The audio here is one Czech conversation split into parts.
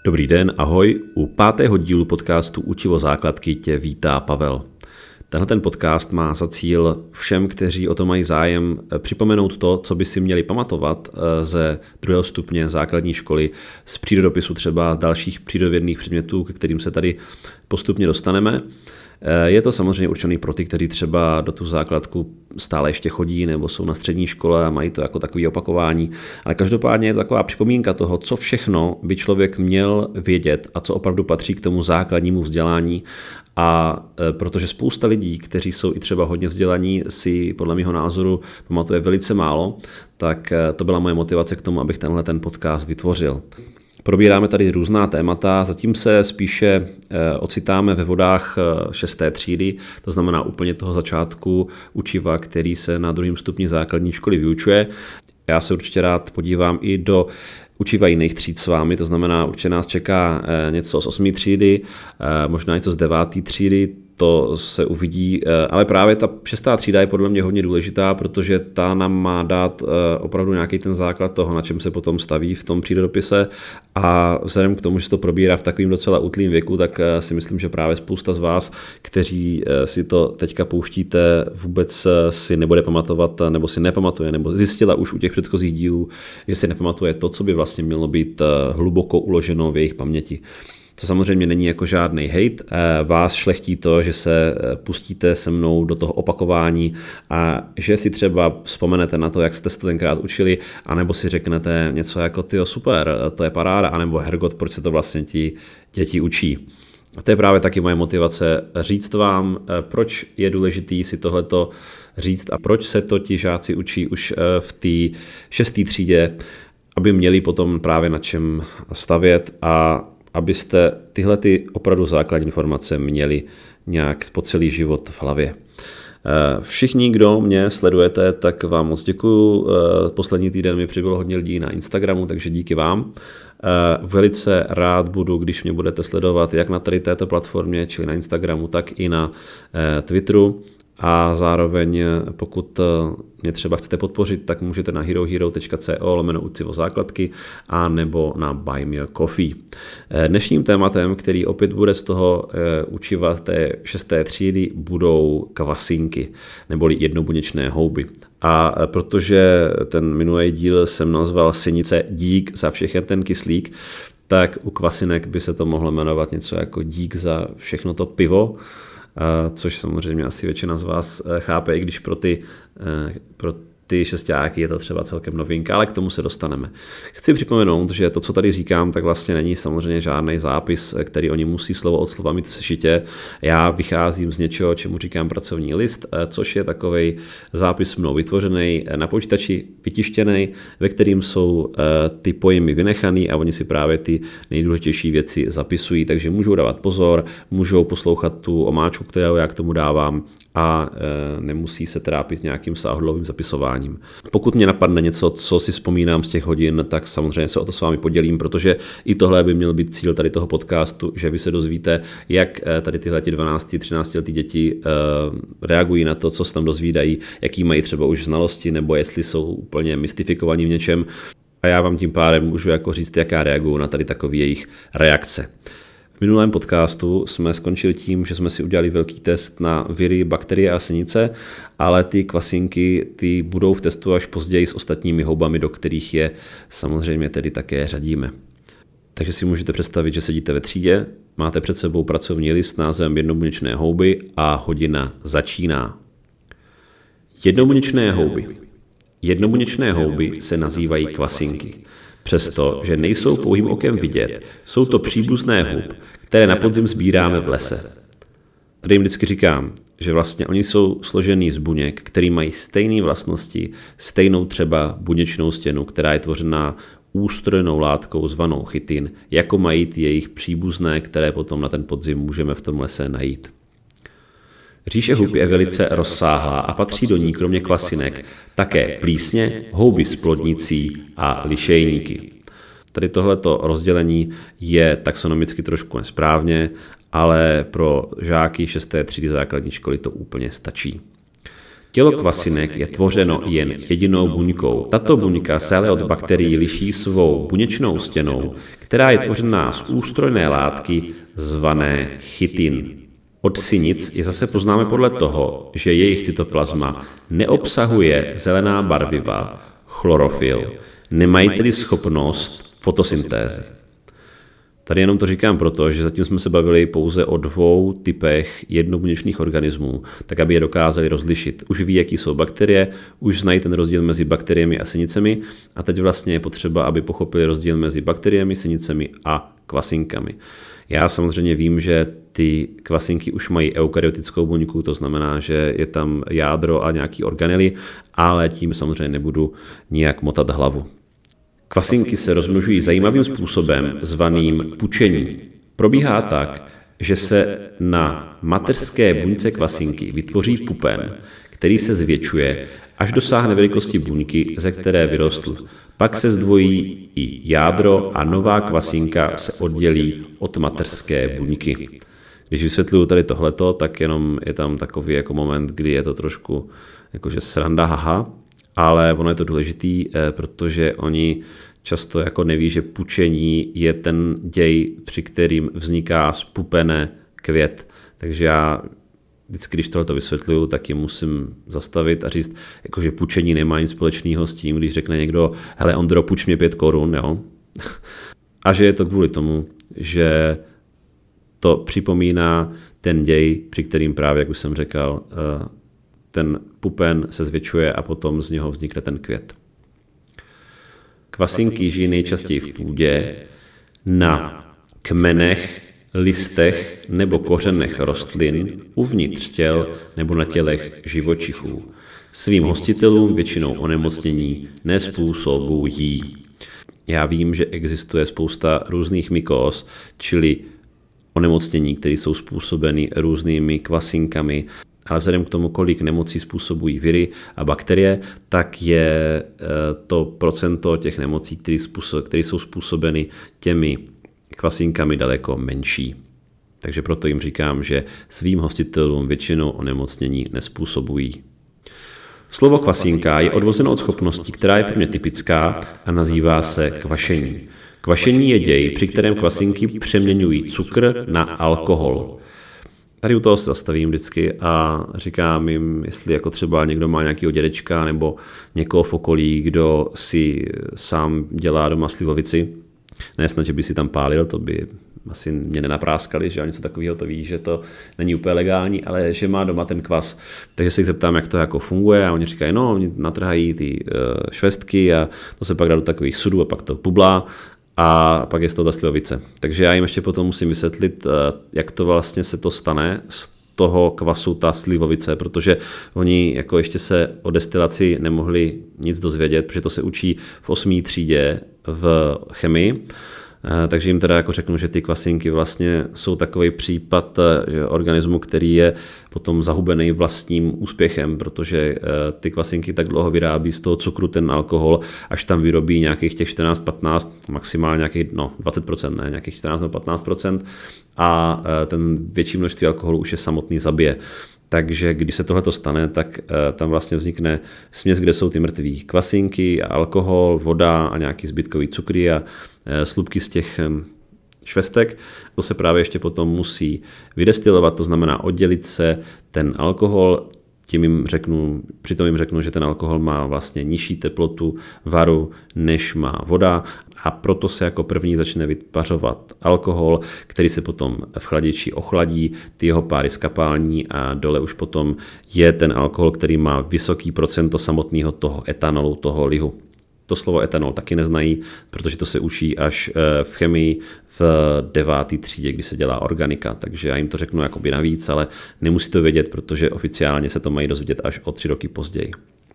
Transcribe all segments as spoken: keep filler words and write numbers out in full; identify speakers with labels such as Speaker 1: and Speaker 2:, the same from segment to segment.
Speaker 1: Dobrý den, ahoj. U pátého dílu podcastu Učivo základky tě vítá Pavel. Tenhle ten podcast má za cíl všem, kteří o to mají zájem, připomenout to, co by si měli pamatovat ze druhého stupně základní školy, z přírodopisu třeba dalších přírodovědných předmětů, ke kterým se tady postupně dostaneme. Je to samozřejmě určený pro ty, kteří třeba do tu základku stále ještě chodí nebo jsou na střední škole a mají to jako takové opakování. Ale každopádně je to taková připomínka toho, co všechno by člověk měl vědět a co opravdu patří k tomu základnímu vzdělání. A protože spousta lidí, kteří jsou i třeba hodně vzdělaní, si podle mého názoru pamatuje velice málo, tak to byla moje motivace k tomu, abych tenhle ten podcast vytvořil. Probíráme tady různá témata, zatím se spíše ocitáme ve vodách šesté třídy, to znamená úplně toho začátku učiva, který se na druhém stupni základní školy vyučuje. Já se určitě rád podívám i do učiva jiných tříd s vámi, to znamená, určitě nás čeká něco z osmé třídy, možná něco z deváté třídy, to se uvidí, ale právě ta šestá třída je podle mě hodně důležitá, protože ta nám má dát opravdu nějaký ten základ toho, na čem se potom staví v tom přírodopise, a vzhledem k tomu, že se to probírá v takovým docela útlým věku, tak si myslím, že právě spousta z vás, kteří si to teďka pouštíte, vůbec si nebude pamatovat, nebo si nepamatuje, nebo zjistila už u těch předchozích dílů, že si nepamatuje to, co by vlastně mělo být hluboko uloženo v jejich paměti. To samozřejmě není jako žádný hejt, vás šlechtí to, že se pustíte se mnou do toho opakování a že si třeba vzpomenete na to, jak jste se tenkrát učili, anebo si řeknete něco jako tyjo, super, to je paráda, anebo hergot, proč se to vlastně ti děti učí. A to je právě taky moje motivace říct vám, proč je důležitý si tohleto říct a proč se to ti žáci učí už v té šesté třídě, aby měli potom právě na čem stavět a abyste tyhle ty opravdu základní informace měli nějak po celý život v hlavě. Všichni, kdo mě sledujete, tak vám moc děkuju. Poslední týden mi přibylo hodně lidí na Instagramu, takže díky vám. Velice rád budu, když mě budete sledovat jak na tady této platformě, čili na Instagramu, tak i na Twitteru. A zároveň, pokud mě třeba chcete podpořit, tak můžete na herohero.co lomeno učivo základky a nebo na Buy Me a Coffee. Dnešním tématem, který opět bude z toho učiva té šesté třídy, budou kvasinky, neboli jednobuněčné houby. A protože ten minulý díl jsem nazval Synice dík za všechen ten kyslík, tak u kvasinek by se to mohlo jmenovat něco jako dík za všechno to pivo, což samozřejmě asi většina z vás chápe, i když pro ty, pro ty šestáky je to třeba celkem novinka, ale k tomu se dostaneme. Chci připomenout, že to, co tady říkám, tak vlastně není samozřejmě žádný zápis, který oni musí slovo od slova mít v sešitě. Já vycházím z něčeho, čemu říkám pracovní list, což je takovej zápis mnou vytvořený na počítači, vytištěný, ve kterým jsou ty pojmy vynechaný a oni si právě ty nejdůležitější věci zapisují, takže můžou dávat pozor, můžou poslouchat tu omáčku, kterou já k tomu dávám, a nemusí se trápit nějakým sáhodlouhým zapisováním. Pokud mě napadne něco, co si vzpomínám z těch hodin, tak samozřejmě se o to s vámi podělím, protože i tohle by měl být cíl tady toho podcastu, že vy se dozvíte, jak tady tyhle dvanáct třináct letý děti reagují na to, co se tam dozvídají, jaký mají třeba už znalosti, nebo jestli jsou úplně mystifikovaní v něčem. A já vám tím pádem můžu jako říct, jaká reagují na tady takové jejich reakce. V minulém podcastu jsme skončili tím, že jsme si udělali velký test na viry, bakterie a synice, ale ty kvasinky ty budou v testu až později s ostatními houbami, do kterých je samozřejmě tedy také řadíme. Takže si můžete představit, že sedíte ve třídě, máte před sebou pracovní list s názvem jednobuněčné houby a hodina začíná. Jednobuněčné houby. Jednobuněčné houby se nazývají kvasinky. Přesto, že nejsou pouhým okem vidět, jsou to příbuzné hub, které na podzim sbíráme v lese. Tady jim vždycky říkám, že vlastně oni jsou složený z buněk, který mají stejné vlastnosti, stejnou třeba buněčnou stěnu, která je tvořená ústrojenou látkou zvanou chitin, jako mají ty jejich příbuzné, které potom na ten podzim můžeme v tom lese najít. Říše hub je velice rozsáhlá a patří do ní kromě kvasinek také plísně, houby s plodnicí a lišejníky. Tady tohleto rozdělení je taxonomicky trošku nesprávně, ale pro žáky šesté třídy základní školy to úplně stačí. Tělo kvasinek je tvořeno jen jedinou buňkou. Tato buňka se ale od bakterií liší svou buněčnou stěnou, která je tvořená z ústrojné látky zvané chitin. Od sinic je zase poznáme podle toho, že jejich cytoplazma neobsahuje zelená barviva, chlorofyl, nemají tedy schopnost fotosyntézy. Tady jenom to říkám proto, že zatím jsme se bavili pouze o dvou typech jednobuněčných organismů, tak aby je dokázali rozlišit. Už ví, jaký jsou bakterie, už znají ten rozdíl mezi bakteriemi a sinicemi a teď vlastně je potřeba, aby pochopili rozdíl mezi bakteriemi, sinicemi a kvasinkami. Já samozřejmě vím, že ty kvasinky už mají eukaryotickou buňku, to znamená, že je tam jádro a nějaký organely, ale tím samozřejmě nebudu nijak motat hlavu. Kvasinky se rozmnožují zajímavým způsobem zvaným pučení. Probíhá tak, že se na mateřské buňce kvasinky vytvoří pupen, který se zvětšuje, až dosáhne velikosti buňky, ze které vyrostl. Pak se zdvojí i jádro a nová kvasinka se oddělí od mateřské buňky. Když vysvětluju tady tohleto, tak jenom je tam takový jako moment, kdy je to trošku jakože sranda, haha, ale ono je to důležitý, protože oni často jako neví, že pučení je ten děj, při kterým vzniká z pupene květ. Takže já vždycky, když tohleto vysvětluju, tak je musím zastavit a říct, jakože pučení nemá nic společného s tím, když řekne někdo, hele Ondro, puč mě pět korun, jo. A že je to kvůli tomu, že to připomíná ten děj, při kterým právě, jak už jsem řekl, ten pupen se zvětšuje a potom z něho vznikne ten květ. Kvasinky žijí nejčastěji v půdě, na kmenech, listech nebo kořenech rostlin, uvnitř těl nebo na tělech živočichů. Svým hostitelům většinou onemocnění nezpůsobují. Já vím, že existuje spousta různých mykóz, čili onemocnění, které jsou způsobeny různými kvasinkami, ale vzhledem k tomu, kolik nemocí způsobují viry a bakterie, tak je to procento těch nemocí, které jsou způsobeny těmi kvasinkami, daleko menší. Takže proto jim říkám, že svým hostitelům většinou onemocnění nezpůsobují. Slovo kvasinka je odvozeno od schopnosti, která je pro mě typická a nazývá se kvašení. Kvašení je děj, při kterém kvasinky přeměňují cukr na alkohol. Tady u toho se zastavím vždycky a říkám jim, jestli jako třeba někdo má nějakého dědečka nebo někoho v okolí, kdo si sám dělá doma slivovici. Ne snad, že by si tam pálil, to by asi mě nenapráskali, že něco takového to ví, že to není úplně legální, ale že má doma ten kvas. Takže se jich zeptám, jak to jako funguje a oni říkají, no, oni natrhají ty uh, švestky a to se pak dá do takových sudů a pak to bublá a pak je z toho ta slivovice. Takže já jim ještě potom musím vysvětlit, uh, jak to vlastně se to stane z toho kvasu ta slivovice, protože oni jako ještě se o destilaci nemohli nic dozvědět, protože to se učí v osmé třídě v chemii. Takže jim teda jako řeknu, že ty kvasinky vlastně jsou takový případ organismu, který je potom zahubený vlastním úspěchem, protože ty kvasinky tak dlouho vyrábí z toho cukru ten alkohol, až tam vyrobí nějakých těch čtrnáct patnáct, maximálně nějakých no, dvacet procent, ne, nějakých čtrnáct nebo patnáct procent a ten větší množství alkoholu už je samotný zabije. Takže když se tohleto stane, tak tam vlastně vznikne směs, kde jsou ty mrtví kvasinky, alkohol, voda a nějaký zbytkový cukry a slupky z těch švestek. To se právě ještě potom musí vydestilovat, to znamená oddělit se ten alkohol. Tím jim řeknu, přitom jim řeknu, že ten alkohol má vlastně nižší teplotu varu, než má voda a proto se jako první začne vypařovat alkohol, který se potom v chladiči ochladí, ty jeho páry skapální a dole už potom je ten alkohol, který má vysoký procento samotného toho etanolu, toho lihu. To slovo etanol taky neznají, protože to se učí až v chemii v deváté třídě, kdy se dělá organika, takže já jim to řeknu jakoby navíc, ale nemusí to vědět, protože oficiálně se to mají dozvědět až o tři roky později.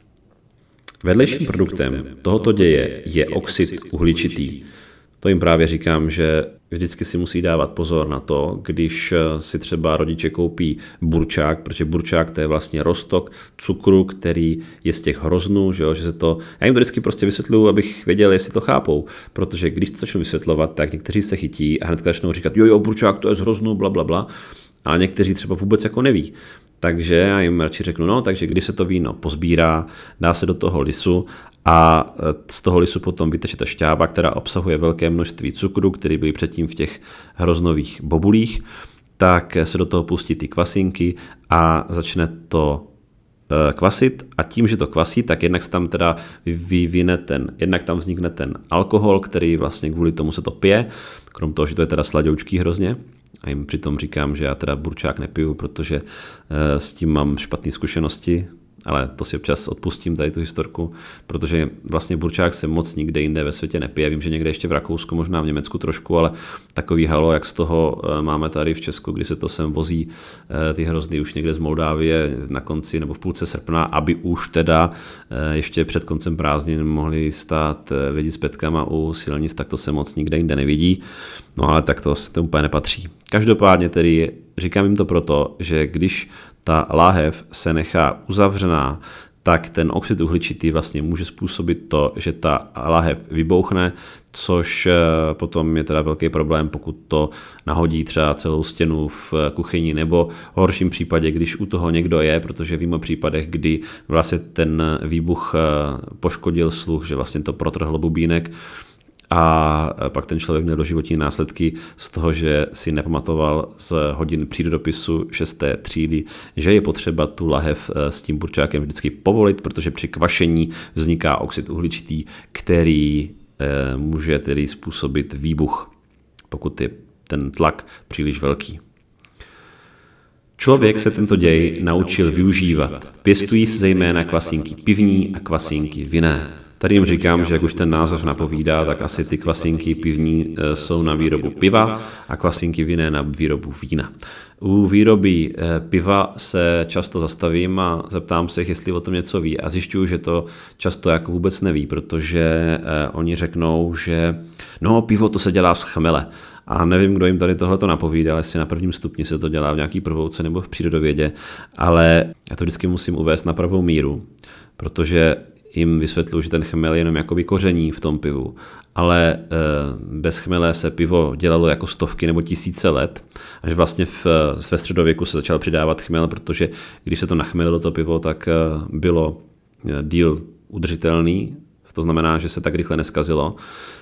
Speaker 1: Vedlejším produktem tohoto děje je oxid uhličitý. To jim právě říkám, že vždycky si musí dávat pozor na to, když si třeba rodiče koupí burčák, protože burčák to je vlastně roztok cukru, který je z těch hroznů, že, jo, že se to, já jim to vždycky prostě vysvětluju, abych věděl, jestli to chápou, protože když to začnu vysvětlovat, tak někteří se chytí a hned začnou říkat, jo, jo, burčák to je z hroznů, bla, bla, bla. ale někteří třeba vůbec jako neví. Takže já jim radši řeknu, no, takže když se to víno pozbírá, dá se do toho lisu a z toho lisu potom vyteče ta šťáva, která obsahuje velké množství cukru, který byl předtím v těch hroznových bobulích, tak se do toho pustí ty kvasinky a začne to kvasit a tím, že to kvasí, tak jednak tam teda vyvine ten, jednak tam vznikne ten alkohol, který vlastně kvůli tomu se to pije, krom toho, že to je teda sladoučký hrozně. A jim přitom říkám, že já teda burčák nepiju, protože s tím mám špatné zkušenosti, ale to si občas odpustím tady tu historku, protože vlastně burčák se moc nikde jinde ve světě nepije. Vím, že někde ještě v Rakousku, možná v Německu trošku, ale takový halo, jak z toho máme tady v Česku, kdy se to sem vozí ty hrozný už někde z Moldávie na konci nebo v půlce srpna, aby už teda ještě před koncem prázdnin mohli stát lidi s petkama u silnic, tak to se moc nikde jinde nevidí. No ale tak to, to úplně nepatří. Každopádně tedy říkám jim to proto, že když ta láhev se nechá uzavřená, tak ten oxid uhličitý vlastně může způsobit to, že ta láhev vybouchne, což potom je teda velký problém, pokud to nahodí třeba celou stěnu v kuchyni, nebo v horším případě, když u toho někdo je, protože víme o případech, kdy vlastně ten výbuch poškodil sluch, že vlastně to protrhlo bubínek, a pak ten člověk měl doživotní následky z toho, že si nepamatoval z hodin přírodopisu šesté třídy, že je potřeba tu lahev s tím burčákem vždycky povolit, protože při kvašení vzniká oxid uhličitý, který může tedy způsobit výbuch, pokud je ten tlak příliš velký. Člověk se tento děj naučil využívat. Pěstují se zejména kvasinky pivní a kvasinky vinné. Tady jim říkám, že jak už ten název napovídá, tak asi ty kvasinky pivní jsou na výrobu piva a kvasinky vinné na výrobu vína. U výroby piva se často zastavím a zeptám se, jestli o tom něco ví a zjišťuju, že to často jako vůbec neví, protože oni řeknou, že no pivo to se dělá z chmele. A nevím, kdo jim tady tohleto napovídal, jestli na prvním stupni se to dělá v nějaký prvouce nebo v přírodovědě, ale já to vždycky musím uvést na pravou míru, protože jim vysvětluji, že ten chmel je jenom jakoby koření v tom pivu, ale e, bez chmele se pivo dělalo jako stovky nebo tisíce let, až vlastně v, ve středověku se začal přidávat chmel, protože když se to nachmelilo to pivo, tak e, bylo díl udržitelný, to znamená, že se tak rychle neskazilo,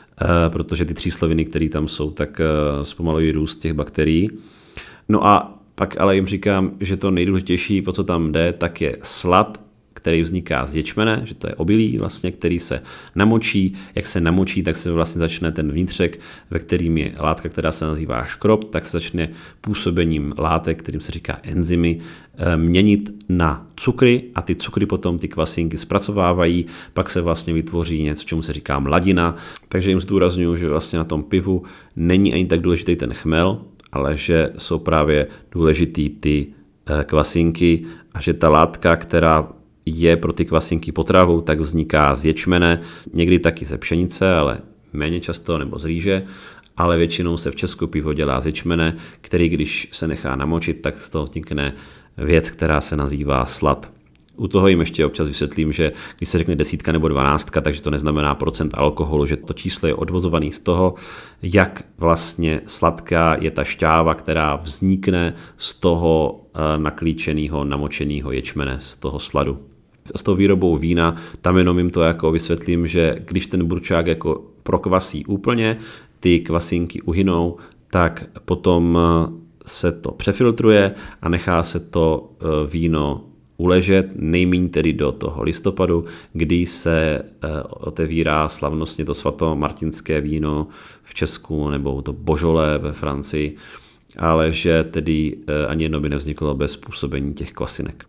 Speaker 1: e, protože ty třísloviny, které tam jsou, tak e, zpomalují růst těch bakterií. No a pak ale jim říkám, že to nejdůležitější, o co tam jde, tak je slad, který vzniká z ječmene, že to je obilí, vlastně, který se namočí. Jak se namočí, tak se vlastně začne ten vnitřek, ve kterým je látka, která se nazývá škrob, tak se začne působením látek, kterým se říká enzymy, měnit na cukry a ty cukry potom ty kvasinky zpracovávají, pak se vlastně vytvoří něco, čemu se říká mladina. Takže jim zdůrazňuji, že vlastně na tom pivu není ani tak důležitý ten chmel, ale že jsou právě důležitý ty kvasinky a že ta látka, která je pro ty kvasinky potravou, tak vzniká z ječmene, někdy taky ze pšenice, ale méně často, nebo z rýže, ale většinou se v Česku pivo dělá z ječmene, který když se nechá namočit, tak z toho vznikne věc, která se nazývá slad. U toho jim ještě občas vysvětlím, že když se řekne desítka nebo dvanáctka, takže to neznamená procent alkoholu, že to číslo je odvozované z toho, jak vlastně sladká je ta šťáva, která vznikne z toho naklíčeného, namočeného ječmene, z toho sladu. S tou výrobou vína, tam jenom jim to jako vysvětlím, že když ten burčák jako prokvasí úplně, ty kvasinky uhynou, tak potom se to přefiltruje a nechá se to víno uležet, nejméně tedy do toho listopadu, kdy se otevírá slavnostně to svatomartinské víno v Česku nebo to božolé ve Francii, ale že tedy ani jedno by nevzniklo bez působení těch kvasinek.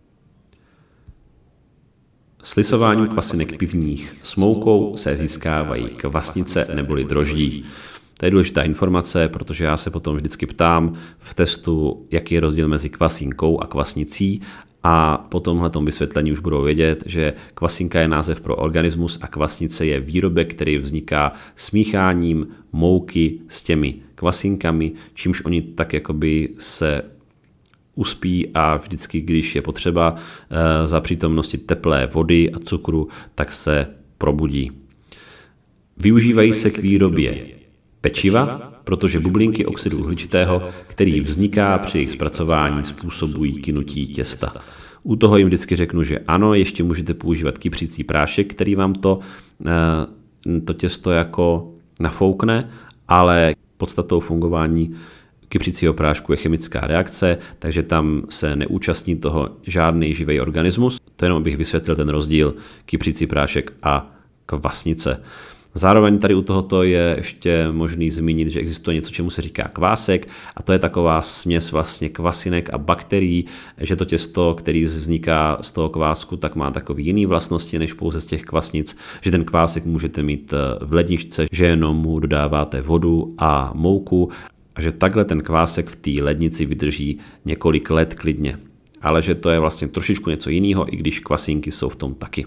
Speaker 1: Slisováním kvasinek pivních s moukou se získávají kvasnice neboli droždí. To je důležitá informace, protože já se potom vždycky ptám v testu, jaký je rozdíl mezi kvasinkou a kvasnicí a po tomhletom vysvětlení už budou vědět, že kvasinka je název pro organismus a kvasnice je výrobek, který vzniká smícháním mouky s těmi kvasinkami, čímž oni tak jakoby se uspí a vždycky, když je potřeba za přítomnosti teplé vody a cukru, tak se probudí. Využívají se k výrobě pečiva, protože bublinky oxidu uhličitého, který vzniká při jejich zpracování, způsobují kynutí těsta. U toho jim vždycky řeknu, že ano, ještě můžete používat kypřící prášek, který vám to, to těsto jako nafoukne, ale podstatou fungování kypřícího prášku je chemická reakce, takže tam se neúčastní toho žádný živý organismus. To jenom abych vysvětlil ten rozdíl kypřící prášek a kvasnice. Zároveň tady u tohoto je ještě možný zmínit, že existuje něco, čemu se říká kvásek, a to je taková směs vlastně kvasinek a bakterií, že to těsto, který vzniká z toho kvásku, tak má takový jiný vlastnosti než pouze z těch kvasnic, že ten kvásek můžete mít v ledničce, že jenom mu dodáváte vodu a mouku a že takhle ten kvásek v té lednici vydrží několik let klidně. Ale že to je vlastně trošičku něco jiného, i když kvasinky jsou v tom taky.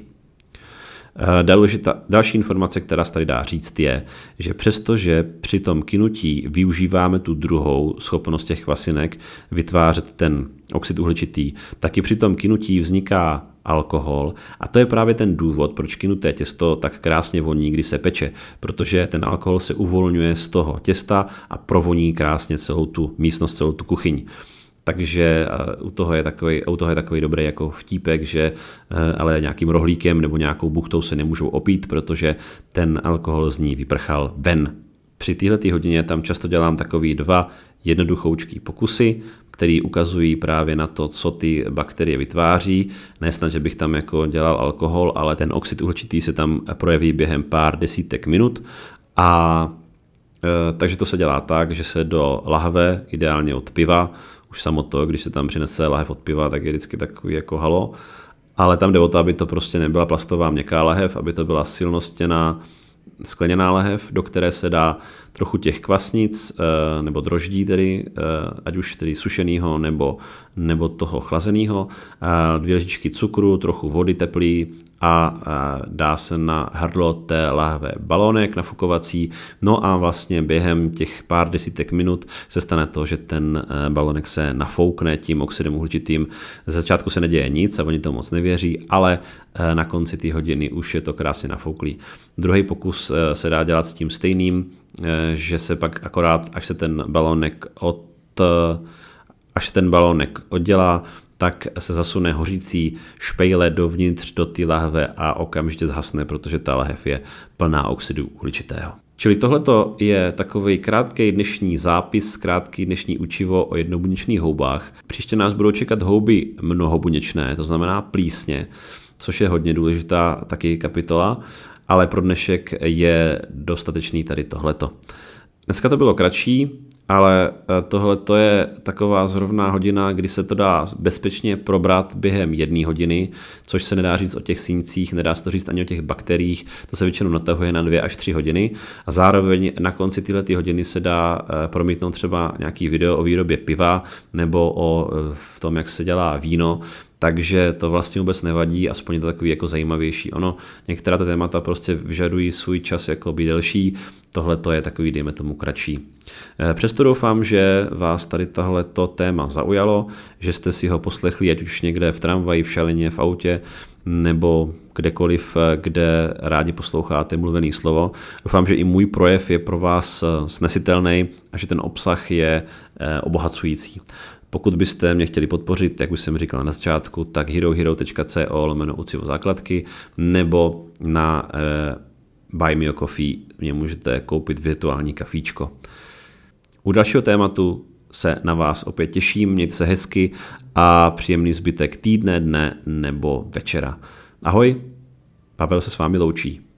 Speaker 1: Další informace, která se tady dá říct, je, že přestože při tom kynutí využíváme tu druhou schopnost těch kvasinek vytvářet ten oxid uhličitý, taky při tom kynutí vzniká alkohol a to je právě ten důvod, proč kynuté těsto tak krásně voní, když se peče, protože ten alkohol se uvolňuje z toho těsta a provoní krásně celou tu místnost, celou tu kuchyň. Takže u toho je takový, u toho je takový dobrý jako vtípek, že ale nějakým rohlíkem nebo nějakou buchtou se nemůžou opít, protože ten alkohol z ní vyprchal ven. Při této hodině tam často dělám takový dva jednoduchoučký pokusy, který ukazují právě na to, co ty bakterie vytváří. Nesnad, že bych tam jako dělal alkohol, ale ten oxid uhličitý se tam projeví během pár desítek minut a e, takže to se dělá tak, že se do lahve, ideálně od piva, už samo to, když se tam přinese lahev od piva, tak je vždycky takový jako halo. Ale tam jde o to, aby to prostě nebyla plastová měkká lahev, aby to byla silnostěná skleněná lahev, do které se dá trochu těch kvasnic nebo droždí, tedy, ať už tedy sušenýho nebo, nebo toho chlazenýho, dvě lžičky cukru, trochu vody teplý a dá se na hrdlo té lahve balónek nafukovací. No a vlastně během těch pár desítek minut se stane to, že ten balónek se nafoukne tím oxidem uhličitým. Ze začátku se neděje nic a oni to moc nevěří, ale na konci té hodiny už je to krásně nafouklý. Druhý pokus se dá dělat s tím stejným, že se pak akorát, až se ten balónek od, až ten balónek oddělá, tak se zasune hořící špejle dovnitř do té lahve a okamžitě zhasne, protože ta lahev je plná oxidu uhličitého. Čili tohleto je takový krátký dnešní zápis, krátký dnešní učivo o jednobuněčných houbách. Příště nás budou čekat houby mnohobuněčné, to znamená plísně, což je hodně důležitá taky kapitola, ale pro dnešek je dostatečný tady tohleto. Dneska to bylo kratší, ale tohle to je taková zrovna hodina, kdy se to dá bezpečně probrat během jedné hodiny, což se nedá říct o těch síňcích, nedá se to říct ani o těch bakteriích, to se většinou natahuje na dvě až tři hodiny a zároveň na konci této hodiny se dá promítnout třeba nějaký video o výrobě piva nebo o tom, jak se dělá víno, takže to vlastně vůbec nevadí, aspoň je to takový jako zajímavější. Ono, některá ta témata prostě vyžadují svůj čas jako být delší, tohle to je takový, dejme tomu, kratší. Přesto doufám, že vás tady tohleto téma zaujalo, že jste si ho poslechli, ať už někde v tramvaji, v šalině, v autě, nebo kdekoliv, kde rádi posloucháte mluvený slovo. Doufám, že i můj projev je pro vás snesitelný a že ten obsah je obohacující. Pokud byste mě chtěli podpořit, jak už jsem říkal na začátku, tak herohero tečka co lomeno ucivo základky nebo na eh, Buy Me a Coffee mě můžete koupit virtuální kafíčko. U dalšího tématu se na vás opět těším, mějte se hezky a příjemný zbytek týdne, dne nebo večera. Ahoj, Pavel se s vámi loučí.